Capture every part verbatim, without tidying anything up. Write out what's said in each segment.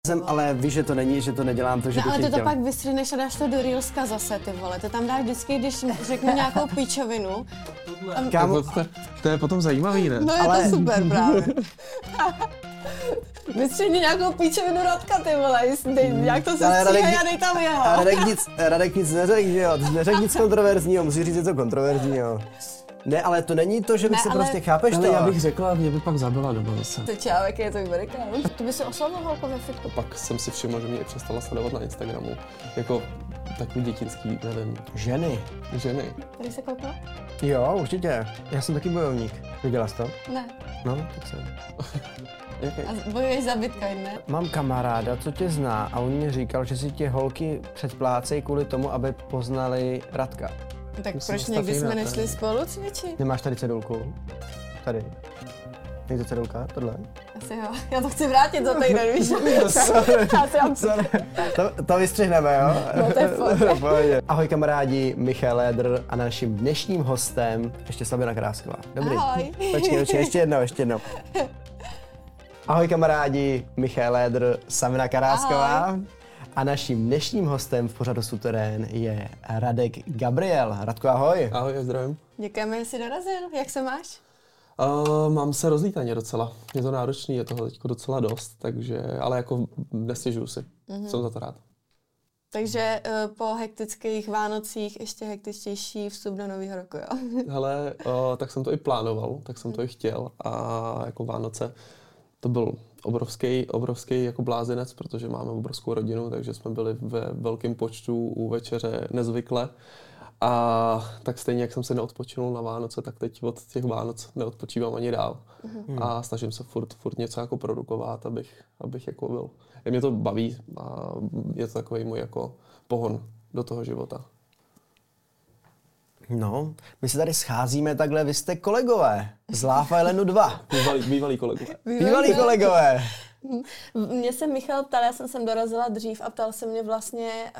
Jsem, ale víš, že to není, že to nedělám to, že no, bych ale ty to chtěl. pak vystřihneš a dáš to do Reelska zase, ty vole. To tam dáš vždycky, když řeknu nějakou píčovinu. A... Kámo, to, to je potom zajímavý, ne? No je ale... to super právě. Vystřihni nějakou píčovinu Radka, ty vole. Jak to se stříhají a dej tam jeho. Radek nic, Radek nic neřekl, že jo? Ty neřekl nic kontroverzního, musíš říct něco kontroverzního. Ne, ale to není to, že bych ne, se ale... prostě chápeš ale to. Já bych řekla, mě by pak zabila doma zase. To čau, jaký je to vyberý, kámo. Ty by si oslovil holku ve fitku. Pak jsem si všiml, že mě i přestala sledovat na Instagramu. Jako takový dětinský, nevím. Ženy. Ženy. Tady se koukla? Jo, určitě. Já jsem taky bojovník. Viděla jsi to? Ne. No, tak jsem. Okay. A bojuješ za Bitcoin, ne? Mám kamaráda, co tě zná a on mi říkal, že si tě holky předplácejí kvůli tomu, aby poznali Radka. Tak musím proč někdy jsme nešli spolu cvičit? Nemáš tady cedulku? Tady. Je to cedulka? Tohle? Asi jo. Já to chci vrátit za týden, víš? Sorry. To, to vystřihneme, jo? No to je pohodě. Ahoj kamarádi, Michal Lédr a naším dnešním hostem ještě Sabina Karásková. Dobrý. Ahoj. Počkej, počkej, ještě jednou, ještě jednou. Ahoj kamarádi, Michal Lédr, Sabina Karásková. Ahoj. A naším dnešním hostem v pořadu Suterén je Radek Gabriel. Radko, ahoj. Ahoj, zdravím. Děkujeme, že jsi dorazil. Jak se máš? Uh, mám se rozlítaně docela. Je to náročný, je toho teď docela dost, takže, ale jako nestěžuju si. Mm-hmm. Jsem za to rád. Takže uh, po hektických Vánocích ještě hektičtější vstup do nového roku, jo? Hele, uh, tak jsem to i plánoval, tak jsem to i chtěl a jako Vánoce to byl obrovský, obrovský jako blázinec, protože máme obrovskou rodinu, takže jsme byli ve velkém počtu u večeře nezvykle. A tak stejně, jak jsem se neodpočinul na Vánoce, tak teď od těch Vánoc neodpočívám ani dál. Mm. A snažím se furt, furt něco jako produkovat, abych, abych jako byl. Mě to baví a je to takový můj jako pohon do toho života. No, my se tady scházíme takhle, vy jste kolegové z Love Islandu dva. Bývalí, bývalí kolegové. Bývalí kolegové. Mě se Michal ptal, já jsem sem dorazila dřív a ptal se mě vlastně,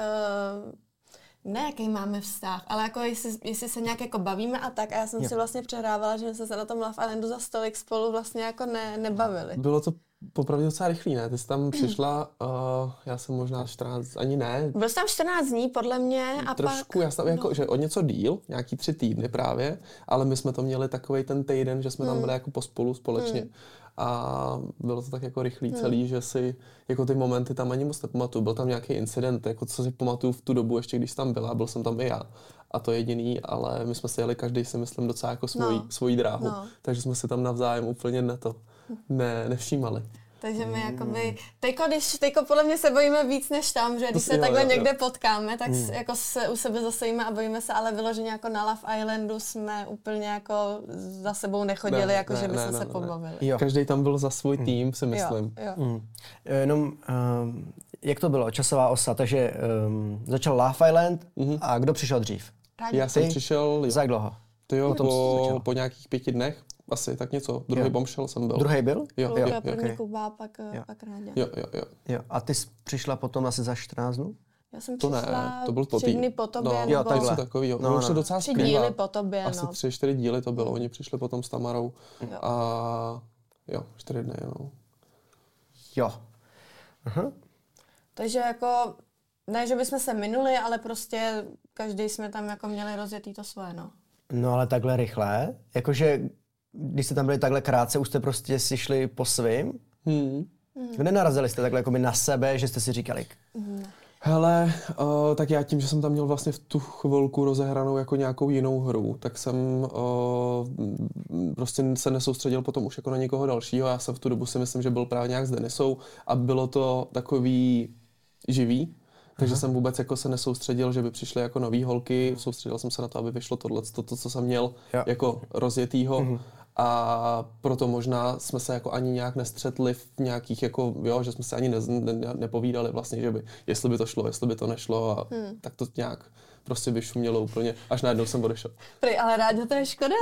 uh, ne jaký máme vztah, ale jako jestli, jestli se nějak jako bavíme a tak. A já jsem jo. si vlastně přehrávala, že jsme se na tom Love Islandu za stolik spolu vlastně jako ne, nebavili. Bylo to popravdě docela rychlý, ne? Ty jsi tam přišla, uh, já jsem možná čtrnáct, ani ne. Byl jsi tam čtrnáct dní, podle mě, a Trošku, pak... já jsem jako, no. že o něco díl, nějaký tři týdny právě, ale my jsme to měli takovej ten týden, že jsme hmm. tam byli jako pospolu společně. Hmm. A bylo to tak jako rychlý hmm. celý, že si jako ty momenty tam ani moc nepamatuju. Byl tam nějaký incident, jako co si pamatuju v tu dobu, ještě když tam byla, byl jsem tam i já. A to jediný, ale my jsme si jeli každý si myslím docela jako svojí, no. svojí dráhu. No. Takže jsme si tam navzájem úplně ne to, ne, nevšímali. Takže my jakoby, teďko, když, teďko podle mě se bojíme víc než tam, že když se jo, takhle jo, někde jo. potkáme, tak mm. jako se u sebe zasejíme a bojíme se, ale vyloženě jako na Love Islandu jsme úplně jako za sebou nechodili, ne, jako ne, že bychom ne, se ne, pobavili. Ne. Každý tam byl za svůj tým, si myslím. Jo, jo. Mm. Jenom, um, jak to bylo, časová osa, takže um, začal Love Island mm-hmm. a kdo přišel dřív? Rádi. Já jsem Ty? přišel... Za jak dlouho? To jo, po, po nějakých pěti dnech. Asi tak něco. Druhý bombshell jsem byl. Druhý byl? Jo, Kluka, jo, jo. První Okay. Kuba, pak, pak Ráďa. Jo, jo, jo. jo. A ty jsi přišla potom asi za čtrnáct dnů? Já jsem to přišla ne, to byl tři dny po tobě, no, nebo... Jo, takhle. Takový, jo. No, no, no. Docela tři díly po tobě, Asi no. tři, čtyři díly to bylo. Hmm. Oni přišli potom s Tamarou. Jo. A jo, čtyři dny, no. Jo. Aha. Takže jako, ne, že bychom se minuli, ale prostě každý jsme tam jako měli rozjetý to svoje, no. No ale takhle rychle, jakože když jste tam byli takhle krátce, už jste prostě si šli po svým? Hmm. Hmm. Nenarazili jste takhle jakoby na sebe, že jste si říkali? Hmm. Hele, uh, tak já tím, že jsem tam měl vlastně v tu chvilku rozehranou jako nějakou jinou hru, tak jsem uh, prostě se nesoustředil potom už jako na někoho dalšího. Já jsem v tu dobu si myslím, že byl právě nějak s Denisou a bylo to takový živý. Takže jsem vůbec jako se nesoustředil, že by přišly jako nový holky, soustředil jsem se na to, aby vyšlo tohle, to, to co jsem měl jo. jako rozjetýho. Mm-hmm. A proto možná jsme se jako ani nějak nestřetli v nějakých jako, jo, že jsme se ani ne, ne, nepovídali vlastně, že by, jestli by to šlo, jestli by to nešlo a hmm. tak to nějak prostě vyšumělo úplně, až najednou jsem odešel. Prý, ale Ráďo, to je škoda.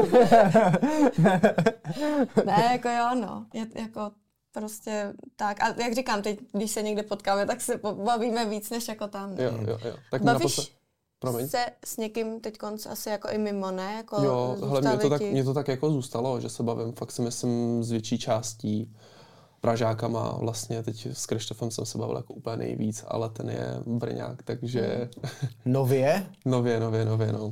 Ne, jako jo, no, je, jako prostě tak. A jak říkám, teď, když se někde potkáme, tak se bavíme víc, než jako tam. Jo, jo, jo. Tak bavíš Promiň. se s někým teď konc asi jako i mimo, ne? Jako jo, hele, mě to, tak, mě to tak jako zůstalo, že se bavím fakt si myslím z větší částí Pražákama vlastně, teď s Krištofem jsem se bavil jako úplně nejvíc, ale ten je Brňák, takže... Nově? nově, nově, nově, no.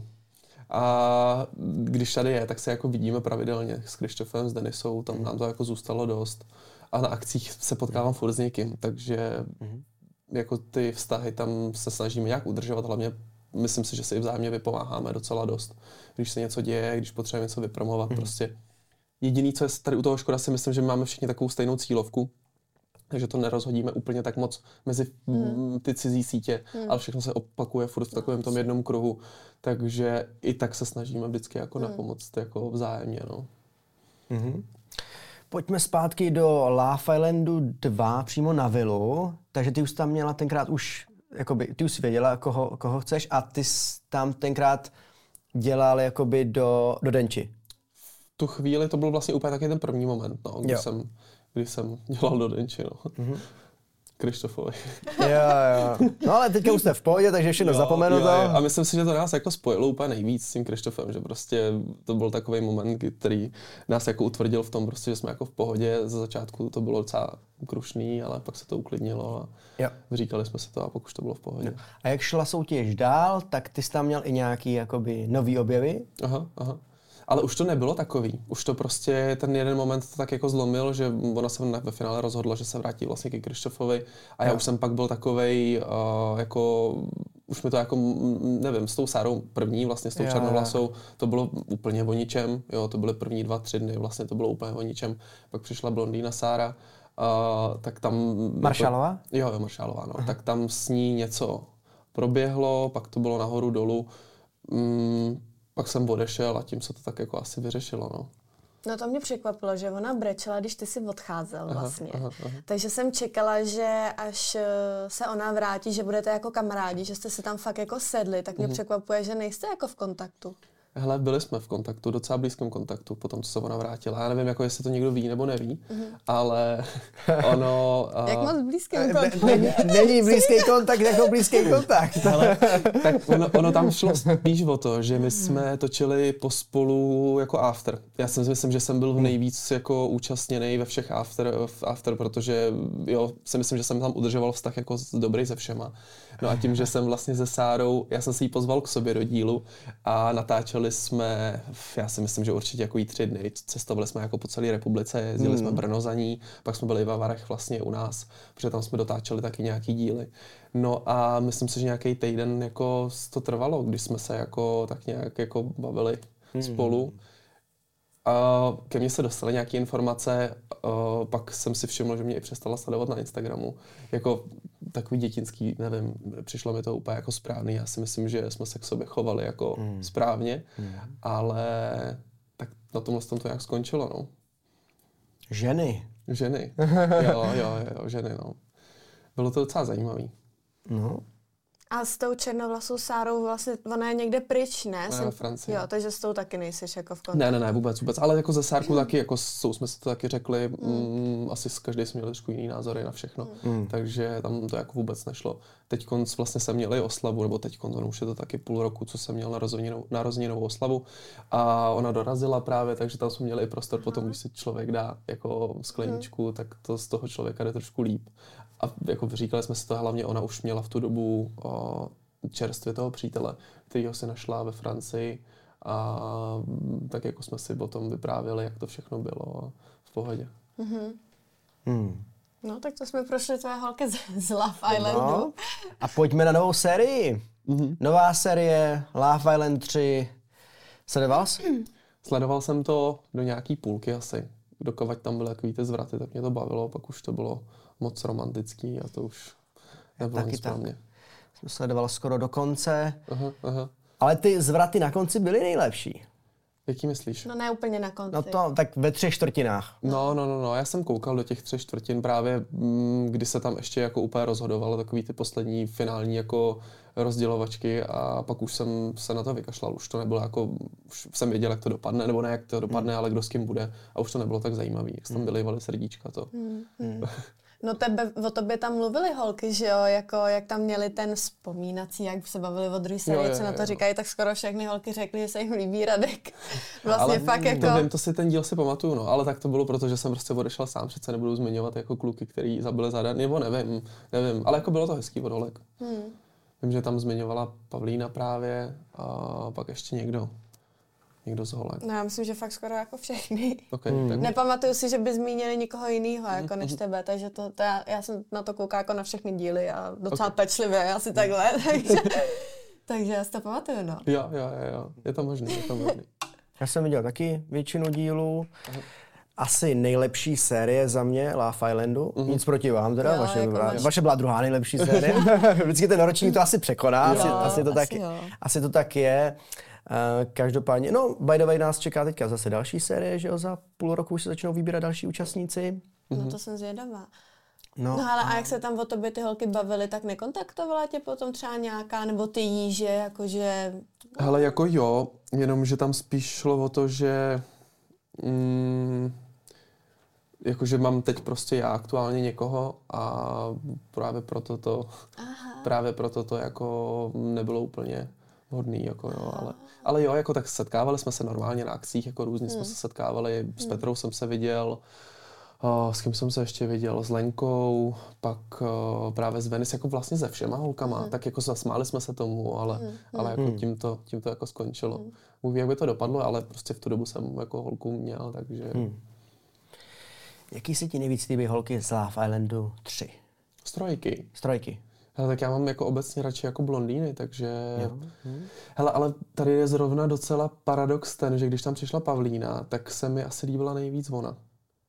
A když tady je, tak se jako vidíme pravidelně s Krištofem, s Denisou, tam nám to jako zůstalo dost. A na akcích se potkávám furt s někým, takže jako ty vztahy tam se snažíme nějak udržovat, hlavně myslím si, že si i vzájemně vypomáháme docela dost. Když se něco děje, když potřebujeme něco vypromovat, prostě jediný, co je tady u toho škoda, si myslím, že máme všichni takovou stejnou cílovku, takže to nerozhodíme úplně tak moc mezi hmm. ty cizí sítě, hmm. ale všechno se opakuje furt v takovém tom jednom kruhu, takže i tak se snažíme vždycky jako hmm. napomoct jako vzájemně, no. Mm-hmm. Pojďme zpátky do Love Islandu dva, přímo na vilu, takže ty už tam měla tenkrát už, jakoby, ty už jsi věděla, koho, koho chceš a ty jsi tam tenkrát dělal jakoby do, do Denči. V tu chvíli to byl vlastně úplně taky ten první moment, no, kdy, jsem, kdy jsem dělal do Denči, no. Mm-hmm. Krištofovi. Jo, jo. No ale teďka už jste v pohodě, takže všechno zapomenuto. A myslím si, že to nás jako spojilo úplně nejvíc s tím Krištofem, že prostě to byl takový moment, který nás jako utvrdil v tom, prostě, že jsme jako v pohodě. Za začátku to bylo docela krušný, ale pak se to uklidnilo a jo. Říkali jsme si to a pak už to bylo v pohodě. Jo. A jak šla soutěž dál, tak ty jsi tam měl i nějaký jakoby nový objevy? Aha, aha. Ale už to nebylo takový. Už to prostě ten jeden moment to tak jako zlomil, že ona se ve finále rozhodla, že se vrátí vlastně ke Krištofovi a já no. už jsem pak byl takovej, uh, jako, už mi to jako, nevím, s tou Sárou první, vlastně s tou černovlasou, to bylo úplně o ničem, jo, to byly první dva, tři dny, vlastně to bylo úplně o ničem. Pak přišla blondýna Sára, uh, tak tam... Maršálová? Jo, jo, Maršálová, no. Tak tam s ní něco proběhlo, pak to bylo nahoru dolů. Mm, Pak jsem odešel a tím se to tak jako asi vyřešilo, no. No to mě překvapilo, že ona brečela, když ty si odcházel aha, vlastně. Aha, aha. Takže jsem čekala, že až se ona vrátí, že budete jako kamarádi, že jste se tam fakt jako sedli, tak mě mm-hmm. překvapuje, že nejste jako v kontaktu. Hele, byli jsme v kontaktu, docela blízkém kontaktu, potom co se ona vrátila. Já nevím, jako jestli to někdo ví nebo neví, mm-hmm. ale ono... Uh... Jak moc blízký kontakt? Není, není blízký kontakt jako blízký kontakt. Ale, tak ono, ono tam šlo spíš o to, že my jsme točili pospolu jako after. Já si myslím, že jsem byl nejvíc jako účastněný ve všech after, after, protože jo, si myslím, že jsem tam udržoval vztah jako dobrý se všema. No a tím, že jsem vlastně se Sárou, já jsem si ji pozval k sobě do dílu a natáčeli jsme, já si myslím, že určitě jako jí tři dny, cestovali jsme jako po celé republice, jezdili mm. jsme Brno za ní, pak jsme byli v Avarech vlastně u nás, protože tam jsme dotáčeli taky nějaký díly. No a myslím si, že nějaký týden jako to trvalo, když jsme se jako tak nějak jako bavili mm. spolu. Uh, ke mně se dostaly nějaké informace, uh, pak jsem si všiml, že mě i přestala sledovat na Instagramu. Jako takový dětinský, nevím, přišlo mi to úplně jako správný. Já si myslím, že jsme se k sobě chovali jako mm. správně, mm. ale tak na tomhle tom to nějak skončilo, no. Ženy. Ženy. Jo, jo, jo, ženy, no. Bylo to docela zajímavý. No. A s tou černovlasou Sárou vlastně, ona je někde pryč, ne? Jsem, Francii. Jo, takže s tou taky nejseš jako v kontaktu. Ne, ne, ne, vůbec, vůbec. Ale jako ze Sárku taky, jako s jsme si to taky řekli, mm. Mm, asi každý jsme měli trošku jiný názory na všechno, mm. takže tam to jako vůbec nešlo. Teďkonc vlastně jsem měl i oslavu, nebo teďkonc, on už je to taky půl roku, co jsem měl narozeninovou oslavu a ona dorazila právě, takže tam jsme měli i prostor potom, když si člověk dá jako skleničku, mm. tak to z toho člověka jde trošku líp. A jako říkali jsme si to, hlavně ona už měla v tu dobu o, čerstvě toho přítele, kterýho si našla ve Francii a tak jako jsme si o tom vyprávěli, jak to všechno bylo v pohodě. Mm-hmm. Hmm. No tak to jsme prošli tvoje holky z, z Love Islandu. No. A pojďme na novou sérii. Mm-hmm. Nová série Love Island tři. Sledoval jsi? Sledoval jsem to do nějaký půlky asi. Dokovat tam byly takový ty zvraty, tak mě to bavilo, pak už to bylo moc romantický a to už nebylo nic pro mě. Jsem sledoval skoro do konce, aha, aha. ale ty zvraty na konci byly nejlepší. Jaký myslíš? No ne úplně na konci. No to tak ve třech čtvrtinách. No, no, no, no, já jsem koukal do těch třech čtvrtin právě, kdy se tam ještě jako úplně rozhodovalo takový ty poslední finální jako rozdělovačky a pak už jsem se na to vykašlal. Už to nebylo jako, už jsem věděl, jak to dopadne, nebo ne, jak to dopadne, mm. ale kdo s kým bude. A už to nebylo tak zajímavý, jak se tam vylejvaly srdíčka to. Mm. Mm. No tebe, o tobě tam mluvili holky, že jo, jako jak tam měli ten vzpomínací, jak se bavili o druhé sérii, co na to říkají, tak skoro všechny holky řekly, že se jim líbí Radek. Vlastně ale fakt jako... To vím, to si ten díl si pamatuju, no, ale tak to bylo, protože jsem prostě odešel sám, přece nebudu zmiňovat jako kluky, který zabili záda, nebo nevím, nevím, ale jako bylo to hezký od holek. Hmm. Vím, že tam zmiňovala Pavlína právě a pak ještě někdo. Někdo z holek. No já myslím, že fakt skoro jako všechny. Okay, hmm. tak... Nepamatuju si, že by zmínili nikoho jiného jako než tebe, takže to, to já, já jsem na to koukala jako na všechny díly a docela okay. pečlivě, asi takhle, takže, takže já si to pamatuju, no. Jo, jo, jo, je to možný, je to možný. Já jsem viděl taky většinu dílů. Asi nejlepší série za mě Love Islandu. Mm-hmm. Nic proti vám teda, jo, vaše, jako byla, vaše byla druhá nejlepší série. Vždycky ten ročník to asi překoná, jo, asi, asi, to tak, asi to tak je. Uh, každopádně, no, by the way, nás čeká teďka zase další série, že jo, za půl roku už se začnou vybírat další účastníci. No to jsem zvědavá. No, no ale a jak se tam o tobě ty holky bavily, tak nekontaktovala tě potom třeba nějaká, nebo ty jí, že jakože... Hele, jako jo, jenomže tam spíš šlo o to, že... Mm, jakože mám teď prostě já aktuálně někoho a právě proto to, Aha. právě proto to jako nebylo úplně hodný, jako jo, ale, ale jo, jako tak setkávali jsme se normálně na akcích, jako různě hmm. jsme se setkávali, s hmm. Petrou jsem se viděl, uh, s kým jsem se ještě viděl, s Lenkou, pak uh, právě s Venice, jako vlastně se všema holkama, hmm. tak jako zasmáli jsme se tomu, ale, hmm. ale jako hmm. tím, to, tím to jako skončilo. Hmm. Mluví, jak by to dopadlo, ale prostě v tu dobu jsem jako holku měl, takže... Hmm. Jaký se ti nejvíc líbí holky z Love Islandu tři? Strojky. Strojky. Hele, tak já mám jako obecně radši jako blondýny, takže... Hmm. Hele, ale tady je zrovna docela paradox ten, že když tam přišla Pavlína, tak se mi asi líbila nejvíc ona.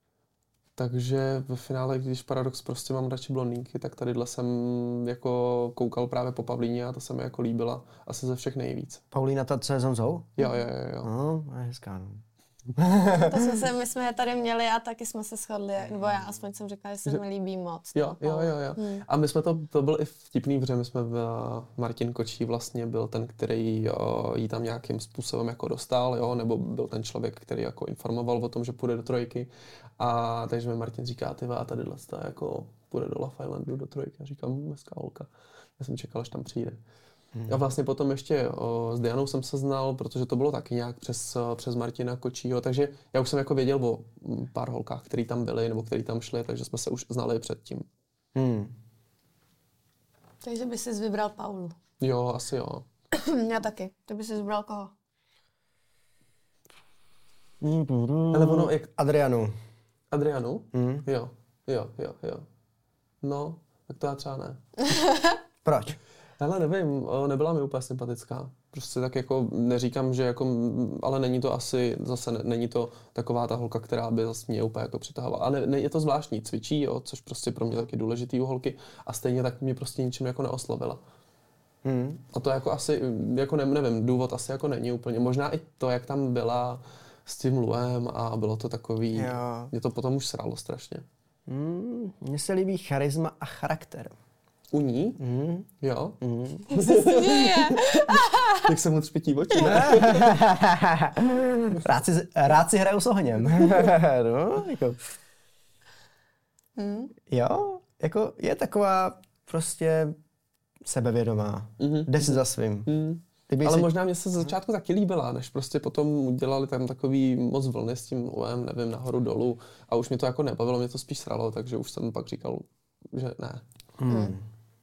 Takže ve finále, když paradox prostě mám radši blondýnky, tak tadyhle jsem jako koukal právě po Pavlíně a to se mi jako líbila asi ze všech nejvíc. Paulína, ta co je Zonzou? Jo, jo, jo. jo. No, je hezká, no. To jsme se, my jsme je tady měli a taky jsme se shodli, nebo já aspoň jsem říkala, že se mi líbí moc. Jo, jo, jo, jo. Hmm. A my jsme to, to byl i vtipný, protože my jsme, v, Martin Kočí vlastně byl ten, který jo, jí tam nějakým způsobem jako dostal, jo, nebo byl ten člověk, který jako informoval o tom, že půjde do trojky. A takže mi Martin říká, ty a tadyhle ta jako půjde do Love Islandu do trojky. A říkám, hezká holka. Já jsem čekal, až tam přijde. Hmm. A vlastně potom ještě o, s Dianou jsem se znal, protože to bylo taky nějak přes, přes Martina Kočího, takže já už jsem jako věděl o pár holkách, který tam byli nebo který tam šli, takže jsme se už znali předtím. Hmm. Takže by jsi vybral Paulu. Jo, asi jo. Já taky. Ty by jsi vybral koho? Ale ono, jak... Adrianu. Adrianu? Hmm. Jo, jo, jo, jo. No, tak to já třeba ne. Proč? Hele, nevím, nebyla mi úplně sympatická. Prostě tak jako neříkám, že jako, ale není to asi, zase ne, není to taková ta holka, která by zase mě úplně jako přitahovala. A ne, ne, je to zvláštní, cvičí, jo, což prostě pro mě taky důležitý u holky a stejně tak mě prostě ničím jako neoslovila. Hmm. A to jako asi, jako ne, nevím, důvod asi jako není úplně. Možná i to, jak tam byla s tím Luem a bylo to takový, jo. Mě to potom už sralo strašně. Hmm, mně se líbí charisma a charakter. U ní? Mm. Jo. Mm. Co se děje? Jak se mu třpití oči. rád, si, rád si hraju s ohněm. no, jako. Mm. Jo, jako je taková prostě sebevědomá. Mm-hmm. Jde si za svým. Mm. Ale si... možná mě se ze začátku taky líbila, než prostě potom udělali tam takový moc vlny s tím Luem, nevím, nahoru dolů. A už mě to jako nebavilo, mě to spíš sralo, takže už jsem pak říkal, že ne. Mm.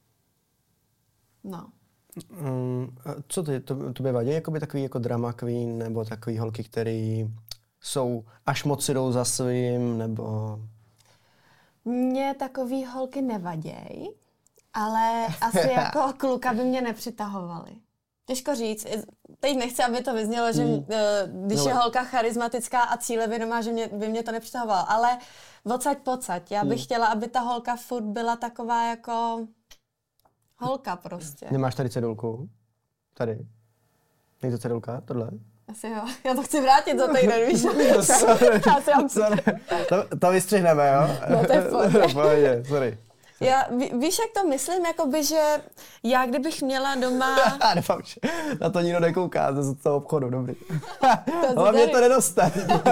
No. Um, co ty, to, to by vadí? Jakoby takový jako drama queen, nebo takový holky, který jsou až moc si jdou za svým, nebo... Mně takový holky nevaděj, ale asi jako kluka by mě nepřitahovaly. Těžko říct. Teď nechci, aby to vyznělo, že mm. když no. je holka charismatická a cílevědomá, že mě, by mě to nepřitahovalo, ale odsaď pocať. Já bych mm. chtěla, aby ta holka furt byla taková jako... holka prostě. Nemáš tady cedulku? Tady. Není to cedulka? Tohle? Asi jo. Já to chci vrátit za týden, víš? sorry. sorry. To, to vystřihneme, jo? No to je v pohodě. pohodě, sorry. Já, ví, víš, jak to myslím? Jakoby, že já kdybych měla doma... Já doufám, že na to nikdo nekouká z toho obchodu, dobrý. Hlavně to nedostane.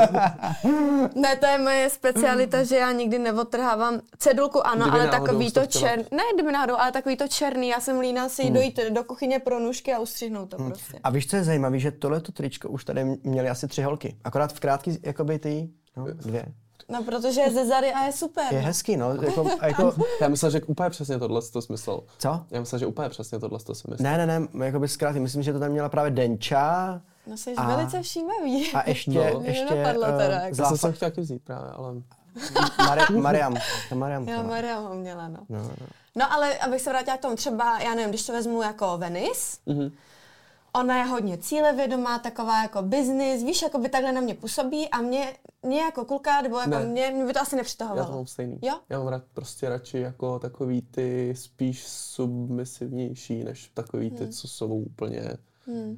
Ne, to je moje specialita, že já nikdy neodtrhávám cedulku, ano, Kdyby ale náhodou takový jsi to to chtěla. černý, ne, kdyby náhodou, ale takový to černý, já jsem líná si Hmm. dojít do kuchyně pro nůžky a ustřihnout to prostě. A víš, co je zajímavé, že tohleto tričko už tady měly asi tři holky. Akorát v krátký, jakoby ty, no, dvě. No, protože je ze Zary a je super. Je no. hezký, no. Jako, jako, Já myslel, že úplně přesně tohle to smyslel. co? Já myslel, že úplně přesně tohle to si myslel. Ne, ne, ne, jakoby zkrátky, myslím, že to tam měla právě Denča. No, jsi A- velice všímavý. A ještě, No. Mě ještě nenapadlo eh, teda, jako. Já zlá jsem fa- se chtěl taky vzít právě, ale... Mari- Mariam. Ta Mariam. Já Maria ho měla, no. No, no. No, ale abych se vrátila k tomu, třeba, já nevím, když to vezmu jako Venice, Mhm. ona je hodně cílevědomá, taková jako business, víš, jako by takhle na mě působí a mě, mě jako kulka, nebo jako Ne. mě, mě by to asi Já nepřitahovalo. to mám stejný. Jo? Já mám rád prostě radši jako takový ty spíš submisivnější, než takový ty, co jsou úplně... Hmm.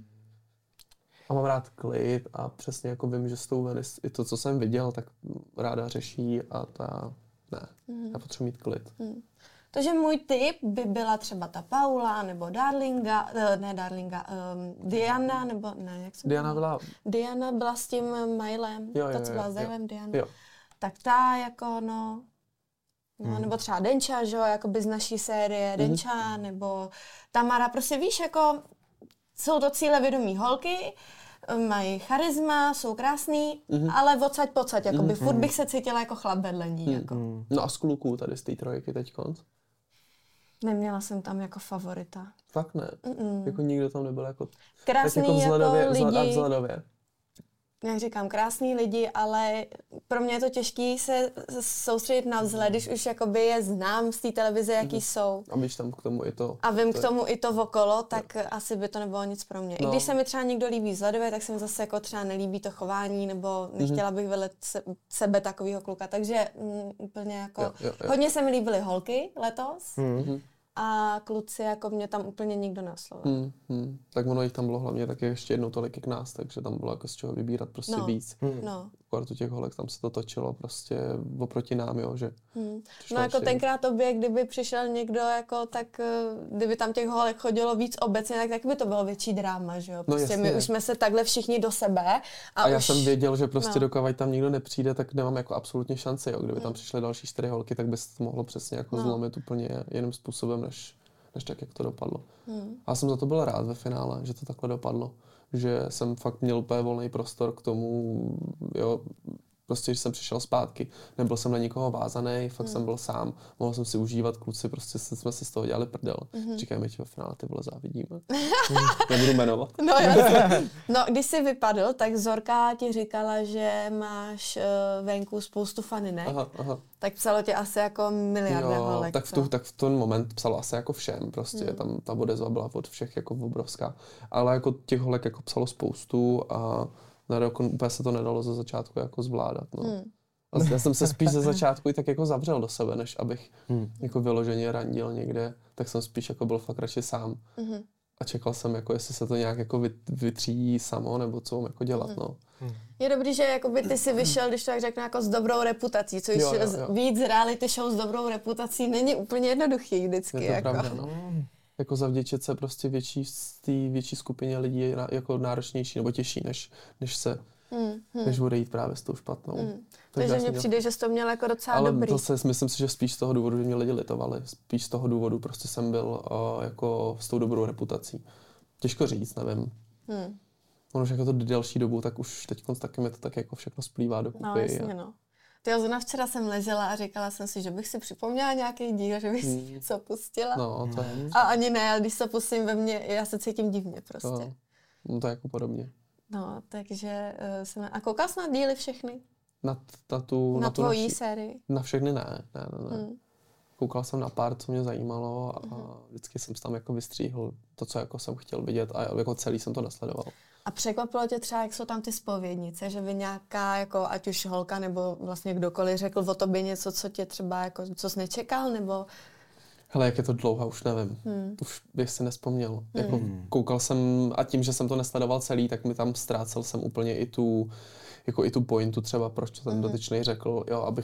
A mám rád klid a přesně jako vím, že s tou Venice, i to, co jsem viděl, tak ráda řeší a ta... Ne, já potřebuji mít klid. To, že můj typ by byla třeba ta Paula, nebo Darlinga, eh, ne Darlinga, um, Diana, nebo ne, jak se Diana jmenuje? byla... Diana byla s tím Milem, Jo, jo, ta, co jo, byla s jo. Davem, Diana. Jo. Tak ta jako, no, no Hmm. nebo třeba Denča, že jo, jakoby z naší série, Mhm. Denča, nebo Tamara, prostě víš, jako jsou to cílevědomí holky, mají charisma, jsou krásný, Mhm. ale odsaď pocať, jakoby furt bych se cítila jako chlap vedle ní, Mhm. jako. No a z kluků tady z té trojky teď konc? Neměla jsem tam jako favorita. Fakt ne. Mm-mm. Jako nikdo tam nebyl jako... Krásný tak jako vzhledově, jako vzhled- a lidi, vzhledově. jak říkám, krásný lidi, ale pro mě je to těžké se soustředit na vzhled, když už jakoby je znám z té televize, jaký jsou. A víš tam k tomu i to... A vím to k je- tomu i to okolo, tak asi by to nebylo nic pro mě. No. I když se mi třeba někdo líbí vzhledově, tak se mi zase jako třeba nelíbí to chování, nebo nechtěla bych vedle se, sebe takovýho kluka. Takže mm, úplně jako... Jo, jo, jo. Hodně se mi líbily holky letos Mhm. a kluci jako mě tam úplně nikdo neoslovil. Hmm, hmm. Tak ono jich tam bylo hlavně taky ještě jednou tolik jak nás, takže tam bylo jako z čeho vybírat prostě No. víc. No. Akorát u těch holek tam se to točilo prostě oproti nám, jo, že... Hmm. přišlo No jako ještě- tenkrát tobě, kdyby přišel někdo, jako, tak eh, kdyby tam těch holek chodilo víc obecně, tak, tak by to bylo větší dráma, že jo? Prostě jasně. my už jsme se takhle všichni do sebe a, A já už... jsem věděl, že prostě no. dokud tam nikdo nepřijde, tak nemám jako absolutně šanci, jo. Kdyby tam přišly další čtyři holky, tak by se to mohlo přesně jako No. zlomit úplně jiným způsobem, než, než tak, jak to dopadlo. Hmm. A já jsem za to byl rád ve finále, že to takhle dopadlo. Že jsem fakt měl úplně volný prostor k tomu, jo, prostě, když jsem přišel zpátky, nebyl jsem na nikoho vázaný, fakt Hmm. jsem byl sám, mohl jsem si užívat, kluci, prostě jsme si z toho dělali prdel. Mhm. Říkajme ti ve finále, ty vole, závidíme. Nebudu jmenovat. No, jasně. No, když jsi vypadl, tak Zorka ti říkala, že máš uh, venku spoustu faninek, Aha, aha. tak psalo tě asi jako miliarda holek. tak v, co? tu, tak v ten moment psalo asi jako všem, prostě Hmm. tam ta odezva byla od všech jako obrovská, ale jako těch holek jako psalo spoustu a na rok úplně se to nedalo ze začátku jako zvládat, no. Hmm. A já jsem se spíš ze začátku i tak jako zavřel do sebe, než abych Hmm. jako vyloženě randil někde, tak jsem spíš jako byl fakt radši sám Mhm. a čekal jsem jako, jestli se to nějak jako vyt- vytřídí samo, nebo co mám jako dělat, Mhm. no. Je dobrý, že jakoby ty si vyšel, když to tak řeknu, jako s dobrou reputací, což Jo, jo, jo. víc reality show s dobrou reputací není úplně jednoduchý vždycky. Je to jako. pravda, no. Jako zavděčit se prostě větší, z té větší skupině lidí je na- jako náročnější nebo těžší, než, než se, Hmm, hmm, než odejít právě s tou špatnou. hmm. já Takže jsem mně měl- přijde, že jsi to měl jako docela Ale dobrý. zase myslím si, že spíš z toho důvodu, že mě lidi litovali. Spíš z toho důvodu prostě jsem byl uh, jako s tou dobrou reputací. Těžko říct, nevím. Hmm. Ono už jako to delší dobu, tak už teď taky mi to tak jako všechno splývá dokupy. No, jasně, no. Ty jo, zrovna včera jsem ležela a říkala jsem si, že bych si připomněla nějaký díl, že bych si Hmm. něco pustila. No, to je, A ani ne, ale když se pustím ve mně, já se cítím divně to, prostě. no, to je jako podobně. No, takže uh, jsem... A koukal jsi na díly všechny? Na, na tu, Na, na tu tvojí naši, sérii? na všechny ne, ne, ne, ne. Hmm. Koukal jsem na pár, co mě zajímalo a vždycky jsem tam jako vystříhl to, co jako jsem chtěl vidět a jako celý jsem to nasledoval. A překvapilo tě třeba, jak jsou tam ty zpovědnice, že by nějaká, jako, ať už holka nebo vlastně kdokoliv řekl o tobě něco, co tě třeba, jako, co jsi nečekal, nebo... Hele, jak je to dlouho, už nevím. Hmm. Už bych si nespomněl. Jako koukal jsem a tím, že jsem to nesledoval celý, tak mi tam ztrácel jsem úplně i tu, jako i tu pointu třeba, proč to ten Mhm. dotyčný řekl, jo, abych,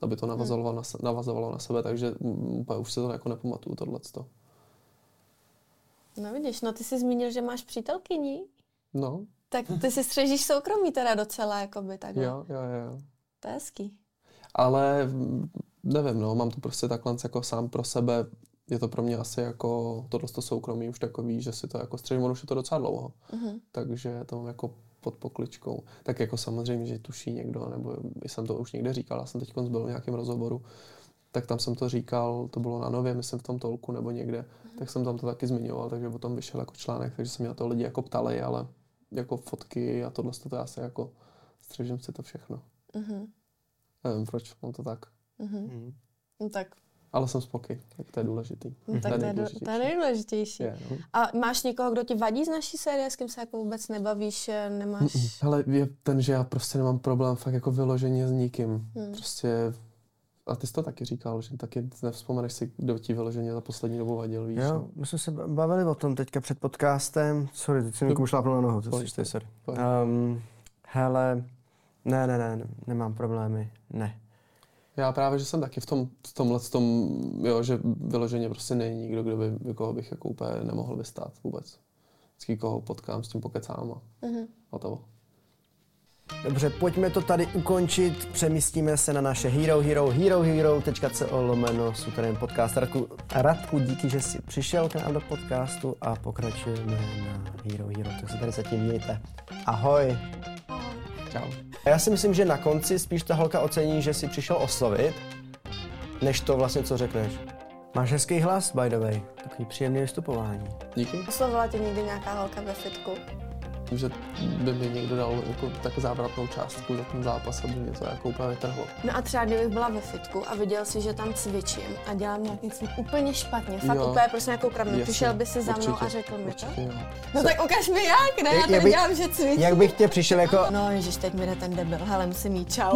aby to navazovalo, hmm. na, navazovalo na sebe, takže úplně už se to jako nepamatuju, tohleto. No vidíš, no ty jsi zmínil, že máš přítelkyni. No. Tak ty si střežíš soukromí teda docela, jakoby takhle. Jo, jo, jo. To je hezký. Ale nevím, no, mám to prostě takhle jako sám pro sebe. Je to pro mě asi jako tohleto soukromí už takový, že si to jako střežím, on už je to docela dlouho. Uh-huh. Takže to mám jako pod pokličkou. Tak jako samozřejmě, že tuší někdo, nebo jsem to už někde říkal, já jsem teď byl v nějakém rozhovoru, tak tam jsem to říkal, to bylo na Nově, myslím v tom Tolku nebo někde, uh-huh. tak jsem tam to taky zmiňoval, takže potom vyšel jako článek, takže se mě na to lidi jako ptali, ale jako fotky a tohle to já se jako střežím si to všechno. Uh-huh. Nevím proč, mám to tak. Uh-huh. Uh-huh. No tak. Ale jsem spokojený, tak to je důležitý. No, tak to je, to je nejdůležitější. Je, no. A máš někoho, kdo ti vadí z naší série, s kým se jako vůbec nebavíš, nemáš? Hele, je ten, že já prostě nemám problém fakt jako vyloženě s nikým. Hmm. Prostě, a ty jsi to taky říkal, že taky nevzpomeneš si, kdo ti vyloženě za poslední dobu vadil, víš? Jo, my jsme se bavili o tom teďka před podcastem. Sorry, teď jsem někomu šlápnul na nohu, to pojď, jsi, sorry. Pojď. Um, hele, ne, ne, ne, nemám problémy, ne. Já právě, že jsem taky v tom, v tomhle tom, jo, že vyloženě prostě není nikdo, kdo by, koho bych jako úplně nemohl vystát vůbec. Vždycky koho potkám, s tím pokecám a uh-huh. hotovo. Dobře, pojďme to tady ukončit, přemístíme se na naše Hero Hero, herohero tečka co lomeno Suterén podcast. Radku, Radku, díky, že jsi přišel k nám do podcastu a pokračujeme na Hero Hero, tak se tady zatím mějte. Ahoj. Čau. Já si myslím, že na konci spíš ta holka ocení, že jsi přišel oslovit, než to vlastně, co řekneš. Máš hezký hlas, by the way. Takový příjemný vystupování. Díky. Oslovila tě někdy nějaká holka ve fitku? Že by mi někdo dal jako tak závratnou částku za ten zápas, aby mě to jako úplně vytrhlo. No a třeba kdybych byla ve fitku a viděl si, že tam cvičím a dělám nějaký cvik úplně špatně, fakt jo. úplně prostě nějakou kravnu, přišel by si za mnou určitě, a řekl mi to? Jo. No tak ukaž mi jak, ne? Já tady jak bych, dělám, že cvičím. Jak bych tě přišel jako... No ježiš, teď mi jde ten debil, hele, musím jít, čau.